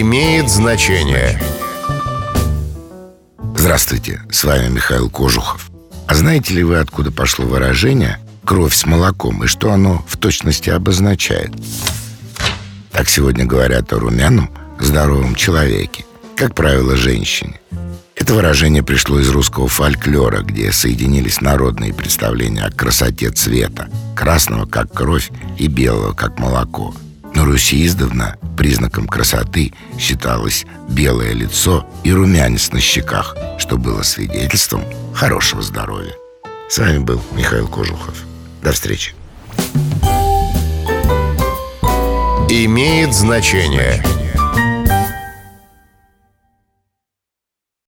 Имеет значение. Здравствуйте, с вами Михаил Кожухов. А знаете ли вы, откуда пошло выражение «кровь с молоком» и что оно в точности обозначает? Так сегодня говорят о румяном, здоровом человеке, как правило, женщине. Это выражение пришло из русского фольклора, где соединились народные представления о красоте цвета, красного как кровь и белого как молоко. На Руси издавна признаком красоты считалось белое лицо и румянец на щеках, что было свидетельством хорошего здоровья. С вами был Михаил Кожухов. До встречи. Имеет значение.